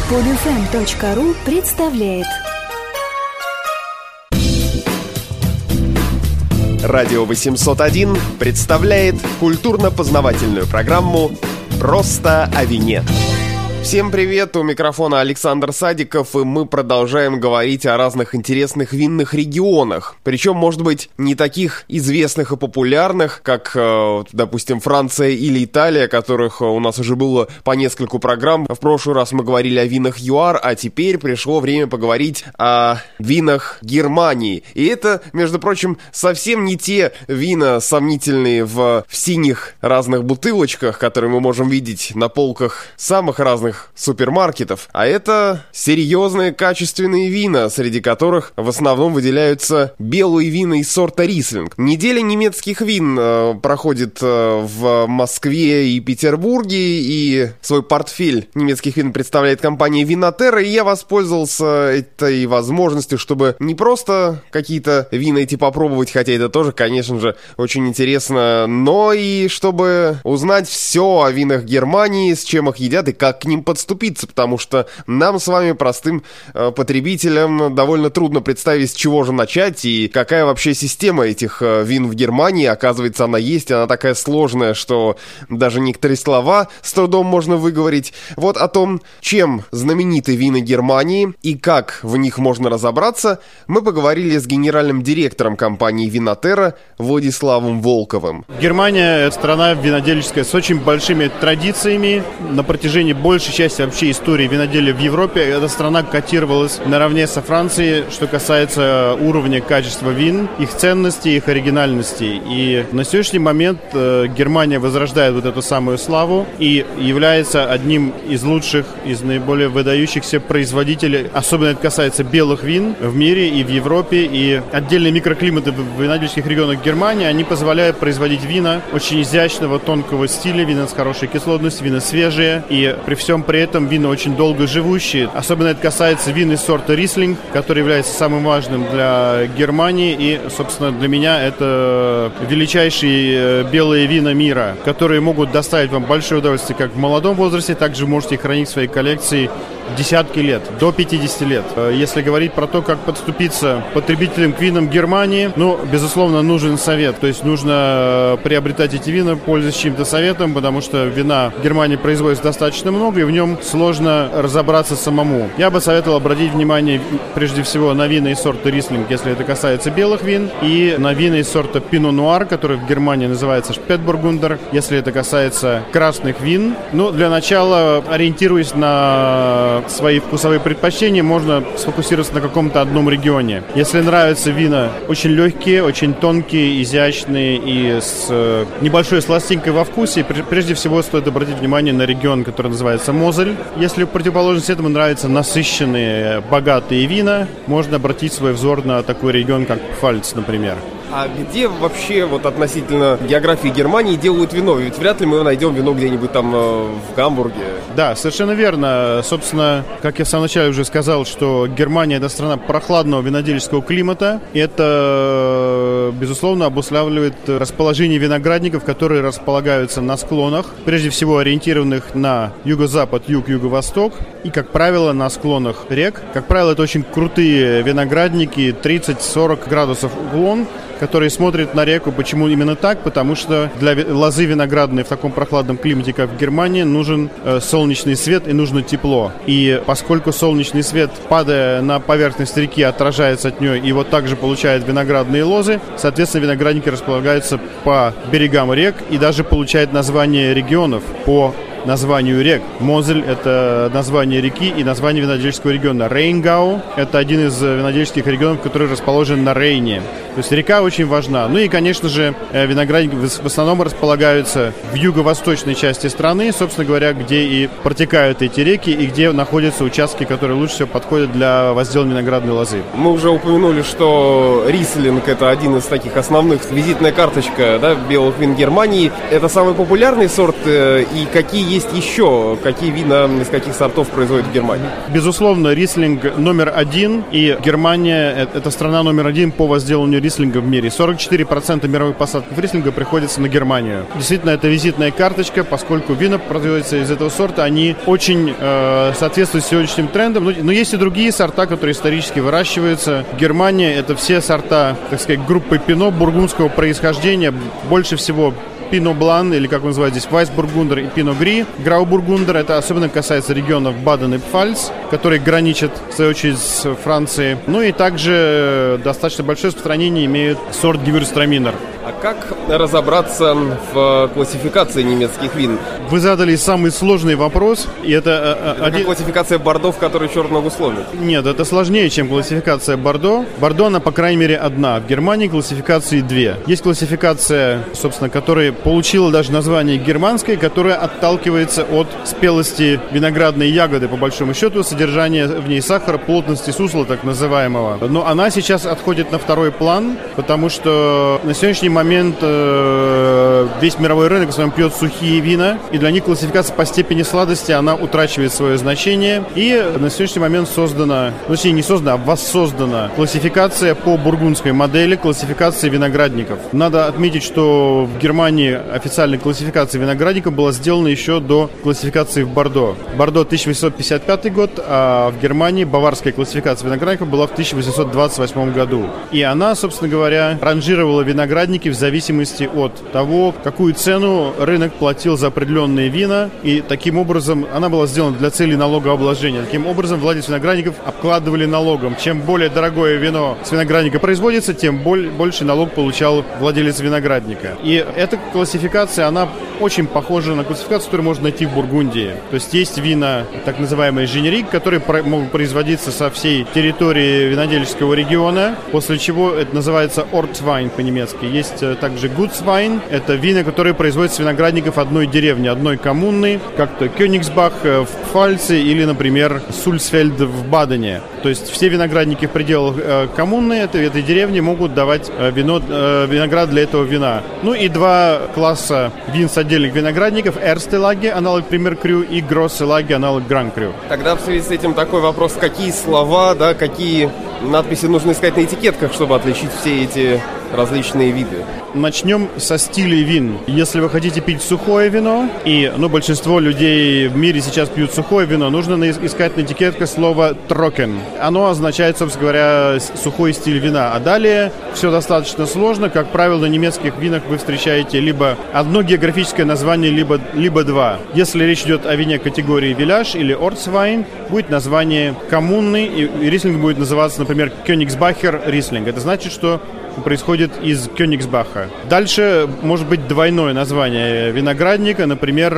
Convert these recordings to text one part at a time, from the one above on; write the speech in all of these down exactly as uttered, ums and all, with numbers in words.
Подфм точка ру представляет. Радио восемьсот один представляет культурно-познавательную программу «Просто о вине». Всем привет, у микрофона Александр Садиков, и мы продолжаем говорить о разных интересных винных регионах. Причем, может быть, не таких известных и популярных, как, допустим, Франция или Италия, которых у нас уже было по нескольку программ. В прошлый раз мы говорили о винах ЮАР, а теперь пришло время поговорить о винах Германии. И это, между прочим, совсем не те вина сомнительные в, в синих разных бутылочках, которые мы можем видеть на полках самых разных супермаркетов, а это серьезные качественные вина, среди которых в основном выделяются белые вина из сорта Рислинг. Неделя немецких вин э, проходит э, в Москве и Петербурге, и свой портфель немецких вин представляет компания Винотерра, и я воспользовался этой возможностью, чтобы не просто какие-то вина эти попробовать, хотя это тоже, конечно же, очень интересно, но и чтобы узнать все о винах Германии, с чем их едят и как к ним подступиться, потому что нам с вами, простым э, потребителям, довольно трудно представить, с чего же начать и какая вообще система этих э, вин в Германии. Оказывается, она есть, она такая сложная, что даже некоторые слова с трудом можно выговорить. Вот о том, чем знамениты вина Германии и как в них можно разобраться, мы поговорили с генеральным директором компании Винотерра Владиславом Волковым. Германия — это страна винодельческая с очень большими традициями. На протяжении большей части вообще истории виноделия в Европе эта страна котировалась наравне со Францией, что касается уровня качества вин, их ценности, их оригинальности. И на сегодняшний момент э, Германия возрождает вот эту самую славу и является одним из лучших, из наиболее выдающихся производителей, особенно это касается белых вин в мире и в Европе. И отдельные микроклиматы в винодельческих регионах Германии, они позволяют производить вина очень изящного, тонкого стиля, вина с хорошей кислотностью, вина свежие, и при всем при этом вина очень долго живущие. Особенно это касается вин из сорта Рислинг, который является самым важным для Германии. И, собственно, для меня это величайшие белые вина мира, которые могут доставить вам большое удовольствие как в молодом возрасте, так же вы можете их хранить в своей коллекции десятки лет, до пятидесяти лет. Если говорить про то, как подступиться потребителям к винам Германии, ну, безусловно, нужен совет. То есть нужно приобретать эти вина, пользуясь чьим-то советом, потому что вина в Германии производится достаточно много, и в нем сложно разобраться самому. Я бы советовал обратить внимание прежде всего на вина из сорта Рислинг, если это касается белых вин, и на вина из сорта Пино Нуар, который в Германии называется Шпетбургундер, если это касается красных вин. Ну, для начала, ориентируясь на свои вкусовые предпочтения, можно сфокусироваться на каком-то одном регионе. Если нравятся вина очень легкие, очень тонкие, изящные и с небольшой сластинкой во вкусе, прежде всего стоит обратить внимание на регион, который называется Мозель. Если в противоположность этому нравятся насыщенные, богатые вина, можно обратить свой взор на такой регион, как Пфальц, например. А где вообще вот относительно географии Германии делают вино? Ведь вряд ли мы найдем вино где-нибудь там э, в Гамбурге. Да, совершенно верно. Собственно, как я в самом начале уже сказал, что Германия — это страна прохладного винодельческого климата. Это, безусловно, обуславливает расположение виноградников, которые располагаются на склонах, прежде всего ориентированных на юго-запад, юг, юго-восток, и, как правило, на склонах рек. Как правило, это очень крутые виноградники, тридцать-сорок градусов уклон, которые смотрят на реку. Почему именно так? Потому что для лозы виноградной в таком прохладном климате, как в Германии, нужен э, солнечный свет и нужно тепло. И поскольку солнечный свет, падая на поверхность реки, отражается от нее и вот также получает виноградные лозы, соответственно, виноградники располагаются по берегам рек и даже получают название регионов по названию рек. Мозель — это название реки и название винодельческого региона. Рейнгау — это один из винодельческих регионов, который расположен на Рейне. То есть река очень важна. Ну и, конечно же, виноградники в основном располагаются в юго-восточной части страны, собственно говоря, где и протекают эти реки, и где находятся участки, которые лучше всего подходят для возделывания виноградной лозы. Мы уже упомянули, что Рислинг — это один из таких основных, визитная карточка, да, белых вин Германии. Это самый популярный сорт, и какие есть еще? Какие вина из каких сортов производят в Германии? Безусловно, рислинг номер один, и Германия – это страна номер один по возделыванию рислинга в мире. сорок четыре процента мировых посадок рислинга приходится на Германию. Действительно, это визитная карточка, поскольку вина производятся из этого сорта, они очень э, соответствуют сегодняшним трендам. Но, но есть и другие сорта, которые исторически выращиваются. Германия – это все сорта, так сказать, группы пино бургундского происхождения. Больше всего Пино Блан, или как он называет здесь, Вайсбургундер и Пино Гри. Граубургундер, это особенно касается регионов Баден и Пфальц, которые граничат, в свою очередь, с Францией. Ну и также достаточно большое распространение имеют сорт Гевюрцтраминер. А как разобраться в классификации немецких вин? Вы задали самый сложный вопрос. И это, это один... классификация Бордо, в которой черт ногу сломит? Нет, это сложнее, чем классификация Бордо. Бордо, она, по крайней мере, одна. В Германии классификации две. Есть классификация, собственно, которая получила даже название германской, которая отталкивается от спелости виноградной ягоды, по большому счету, содержания в ней сахара, плотности сусла, так называемого. Но она сейчас отходит на второй план, потому что на сегодняшний момент э, весь мировой рынок в основном пьет сухие вина, и для них классификация по степени сладости, она утрачивает свое значение. И на сегодняшний момент создана, ну, точнее, не создана, а воссоздана классификация по бургундской модели, классификации виноградников. Надо отметить, что в Германии официальная классификация виноградников была сделана еще до классификации в Бордо. Бордо тысяча восемьсот пятьдесят пятый год, а в Германии баварская классификация виноградников была в тысяча восемьсот двадцать восьмом году. И она, собственно говоря, ранжировала виноградники в зависимости от того, какую цену рынок платил за определенные вина. И таким образом она была сделана для целей налогообложения. Таким образом владельцы виноградников обкладывали налогом. Чем более дорогое вино с виноградника производится, тем больше налог получал владелец виноградника. И эта классификация, она очень похожа на классификацию, которую можно найти в Бургундии. То есть есть вина, так называемые женерик, которые про- могут производиться со всей территории винодельческого региона, после чего это называется Ortswein по-немецки. Есть также Gutswein, это вина, которые производятся с виноградников одной деревни, одной коммуны, как-то Кёнигсбах в Пфальце или, например, Сульсфельд в Бадене. То есть все виноградники в пределах э, коммуны этой, этой деревни могут давать э, вино, э, виноград для этого вина. Ну и два класса вин с отдельных виноградников: Erste Lage, аналог Premier Cru, и Grosse Lage, аналог Grand Cru. Тогда в связи с этим такой вопрос: какие слова, да, какие надписи нужно искать на этикетках, чтобы отличить все эти различные виды? Начнем со стилей вин. Если вы хотите пить сухое вино, и ну, большинство людей в мире сейчас пьют сухое вино, нужно искать на этикетке слово «trocken». Оно означает, собственно говоря, сухой стиль вина. А далее все достаточно сложно. Как правило, на немецких винах вы встречаете либо одно географическое название, либо, либо два. Если речь идет о вине категории «Village» или «Ortswein», будет название коммунный, и рислинг будет называться, например, «Königsbacher Riesling». Это значит, что происходит из Кёнигсбаха. Дальше может быть двойное название виноградника, например,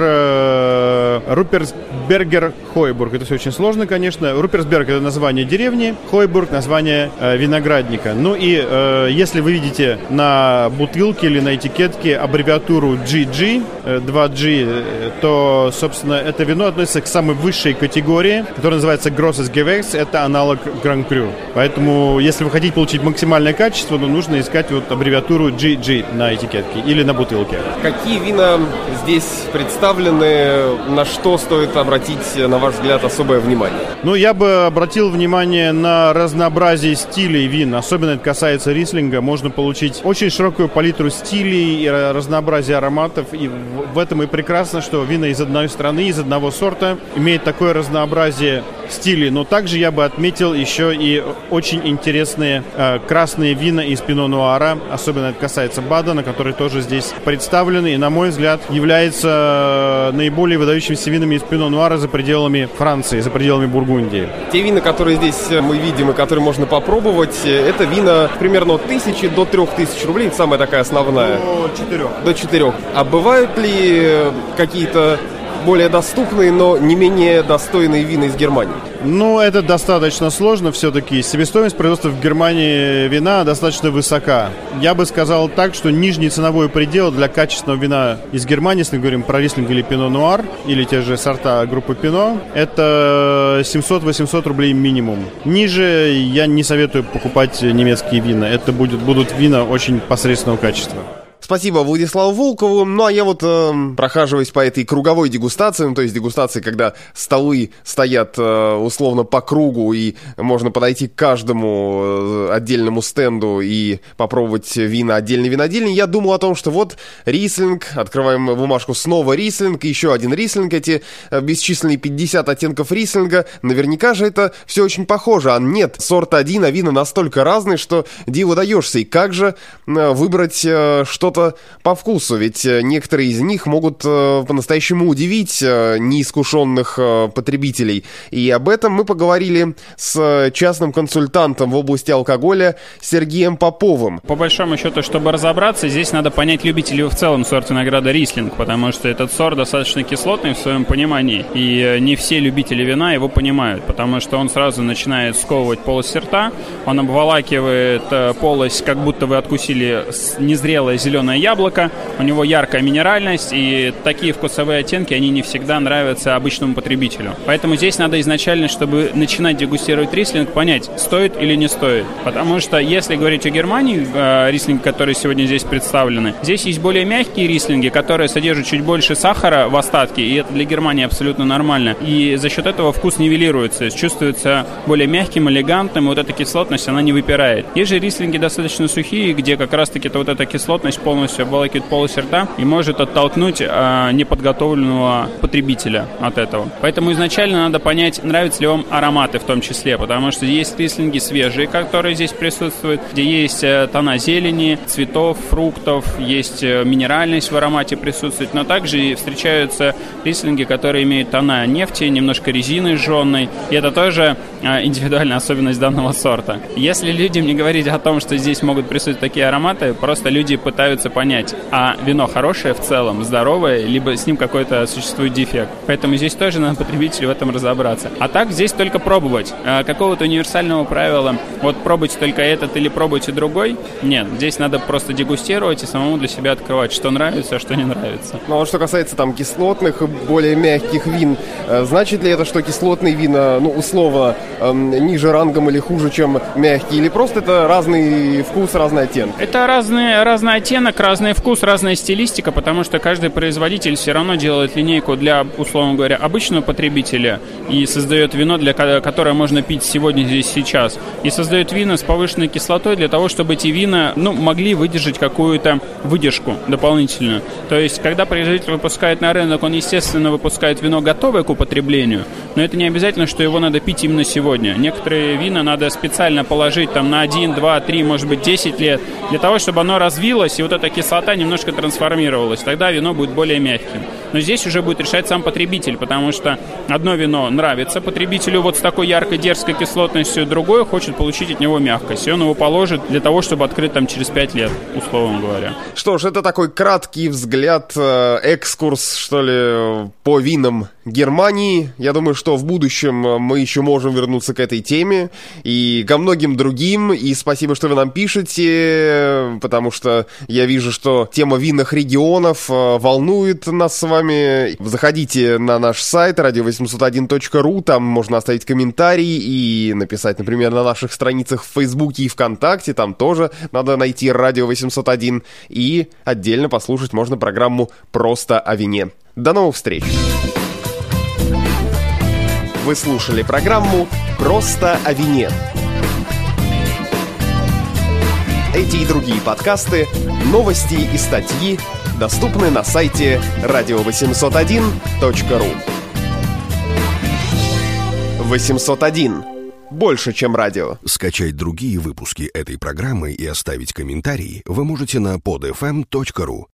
Руперсбергер Хойбург. Это все очень сложно, конечно. Руперсберг — это название деревни, Хойбург — название э, виноградника. Ну и э, если вы видите на бутылке или на этикетке аббревиатуру джи джи, э, два джи, э, то, собственно, это вино относится к самой высшей категории, которая называется Grosses Gewächs. Это аналог Grand Cru. Поэтому, если вы хотите получить максимальное качество, то нужно искать вот аббревиатуру джи джи на этикетке или на бутылке. Какие вина здесь представлены? На что стоит обратить, на ваш взгляд, особое внимание? Ну, я бы обратил внимание на разнообразие стилей вин. Особенно это касается рислинга. Можно получить очень широкую палитру стилей и разнообразие ароматов. И в этом и прекрасно, что вина из одной страны, из одного сорта имеет такое разнообразие стилей. Но также я бы отметил еще и очень интересные э, красные вина из Пино Нуара. Особенно это касается Бадена, который тоже здесь представлен. И, на мой взгляд, является наиболее выдающимися винами из Пино Нуара за пределами Франции, за пределами Бургундии. Те вина, которые здесь мы видим и которые можно попробовать, это вина примерно от тысячи до трех тысяч рублей. Это самая такая основная. До четырех. До четырех. А бывают ли какие-то более доступные, но не менее достойные вина из Германии? Ну, это достаточно сложно все-таки. Себестоимость производства в Германии вина достаточно высока. Я бы сказал так, что нижний ценовой предел для качественного вина из Германии, если мы говорим про рислинг или пино нуар, или те же сорта группы пино, это семьсот-восемьсот рублей минимум. Ниже я не советую покупать немецкие вина. Это будет, будут вина очень посредственного качества. Спасибо Владиславу Волкову. Ну, а я вот, э, прохаживаясь по этой круговой дегустации, ну, то есть дегустации, когда столы стоят э, условно по кругу, и можно подойти к каждому э, отдельному стенду и попробовать вина отдельной винодельни, я думал о том, что вот рислинг, открываем бумажку, снова рислинг, еще один рислинг, эти э, бесчисленные пятьдесят оттенков рислинга, наверняка же это все очень похоже. А нет, сорт один, а вина настолько разные, что диву даешься. И как же э, выбрать э, что-то по вкусу? Ведь э, некоторые из них могут э, по-настоящему удивить э, неискушенных э, потребителей. И об этом мы поговорили с частным консультантом в области алкоголя Сергеем Поповым. По большому счету, чтобы разобраться, здесь надо понять, любите ли вы в целом сорт винограда рислинг, потому что этот сорт достаточно кислотный в своем понимании, и не все любители вина его понимают, потому что он сразу начинает сковывать полость рта, он обволакивает полость, как будто вы откусили незрелое зеленое яблоко, у него яркая минеральность, и такие вкусовые оттенки, они не всегда нравятся обычному потребителю. Поэтому здесь надо изначально, чтобы начинать дегустировать рислинг, понять, стоит или не стоит. Потому что, если говорить о Германии, э, рислинги, которые сегодня здесь представлены, здесь есть более мягкие рислинги, которые содержат чуть больше сахара в остатке, и это для Германии абсолютно нормально. И за счет этого вкус нивелируется, чувствуется более мягким, элегантным, и вот эта кислотность, она не выпирает. Есть же рислинги достаточно сухие, где как раз-таки вот эта кислотность полностью обволакивает полость рта и может оттолкнуть э, неподготовленного потребителя от этого. Поэтому изначально надо понять, нравятся ли вам ароматы в том числе, потому что есть рислинги свежие, которые здесь присутствуют, где есть э, тона зелени, цветов, фруктов, есть э, минеральность в аромате присутствует, но также встречаются рислинги, которые имеют тона нефти, немножко резины жженой, и это тоже э, индивидуальная особенность данного сорта. Если людям не говорить о том, что здесь могут присутствовать такие ароматы, просто люди пытаются понять, а вино хорошее в целом, здоровое, либо с ним какой-то существует дефект. Поэтому здесь тоже надо потребителю в этом разобраться. А так здесь только пробовать. Э, какого-то универсального правила, вот пробуйте только этот или пробуйте другой, нет. Здесь надо просто дегустировать и самому для себя открывать, что нравится, а что не нравится. Ну а вот что касается там кислотных и более мягких вин, э, значит ли это, что кислотные вина, ну условно, э, ниже рангом или хуже, чем мягкие, или просто это разный вкус, разный оттенок? Это разный, разный оттенок, разный вкус, разная стилистика, потому что каждый производитель все равно делает линейку для, условно говоря, обычного потребителя и создает вино, для которое можно пить сегодня, здесь, сейчас, и создает вина с повышенной кислотой для того, чтобы эти вина, ну, могли выдержать какую-то выдержку дополнительную. То есть, когда производитель выпускает на рынок, он, естественно, выпускает вино, готовое к употреблению, но это не обязательно, что его надо пить именно сегодня. Некоторые вина надо специально положить там на один, два, три, может быть, десять лет, для того, чтобы оно развилось, и вот эта кислота немножко трансформировалась. Тогда вино будет более мягким. Но здесь уже будет решать сам потребитель, потому что одно вино нравится потребителю вот с такой яркой, дерзкой кислотностью, другое хочет получить от него мягкость. И он его положит для того, чтобы открыть там через пять лет, условно говоря. Что ж, это такой краткий взгляд, э, экскурс, что ли, по винам Германии. Я думаю, что в будущем мы еще можем вернуться к этой теме и ко многим другим. И спасибо, что вы нам пишете, потому что я вижу, что тема винных регионов э, волнует нас с вами. Заходите на наш сайт радио восемьсот один точка ру, там можно оставить комментарий и написать, например, на наших страницах в Фейсбуке и ВКонтакте, там тоже надо найти радио восемьсот один, и отдельно послушать можно программу «Просто о вине». До новых встреч! Вы слушали программу «Просто о вине». Эти и другие подкасты, новости и статьи доступны на сайте радио восемьсот один точка ру. восемьсот один. Больше, чем радио. Скачать другие выпуски этой программы и оставить комментарии вы можете на под эф эм точка ру.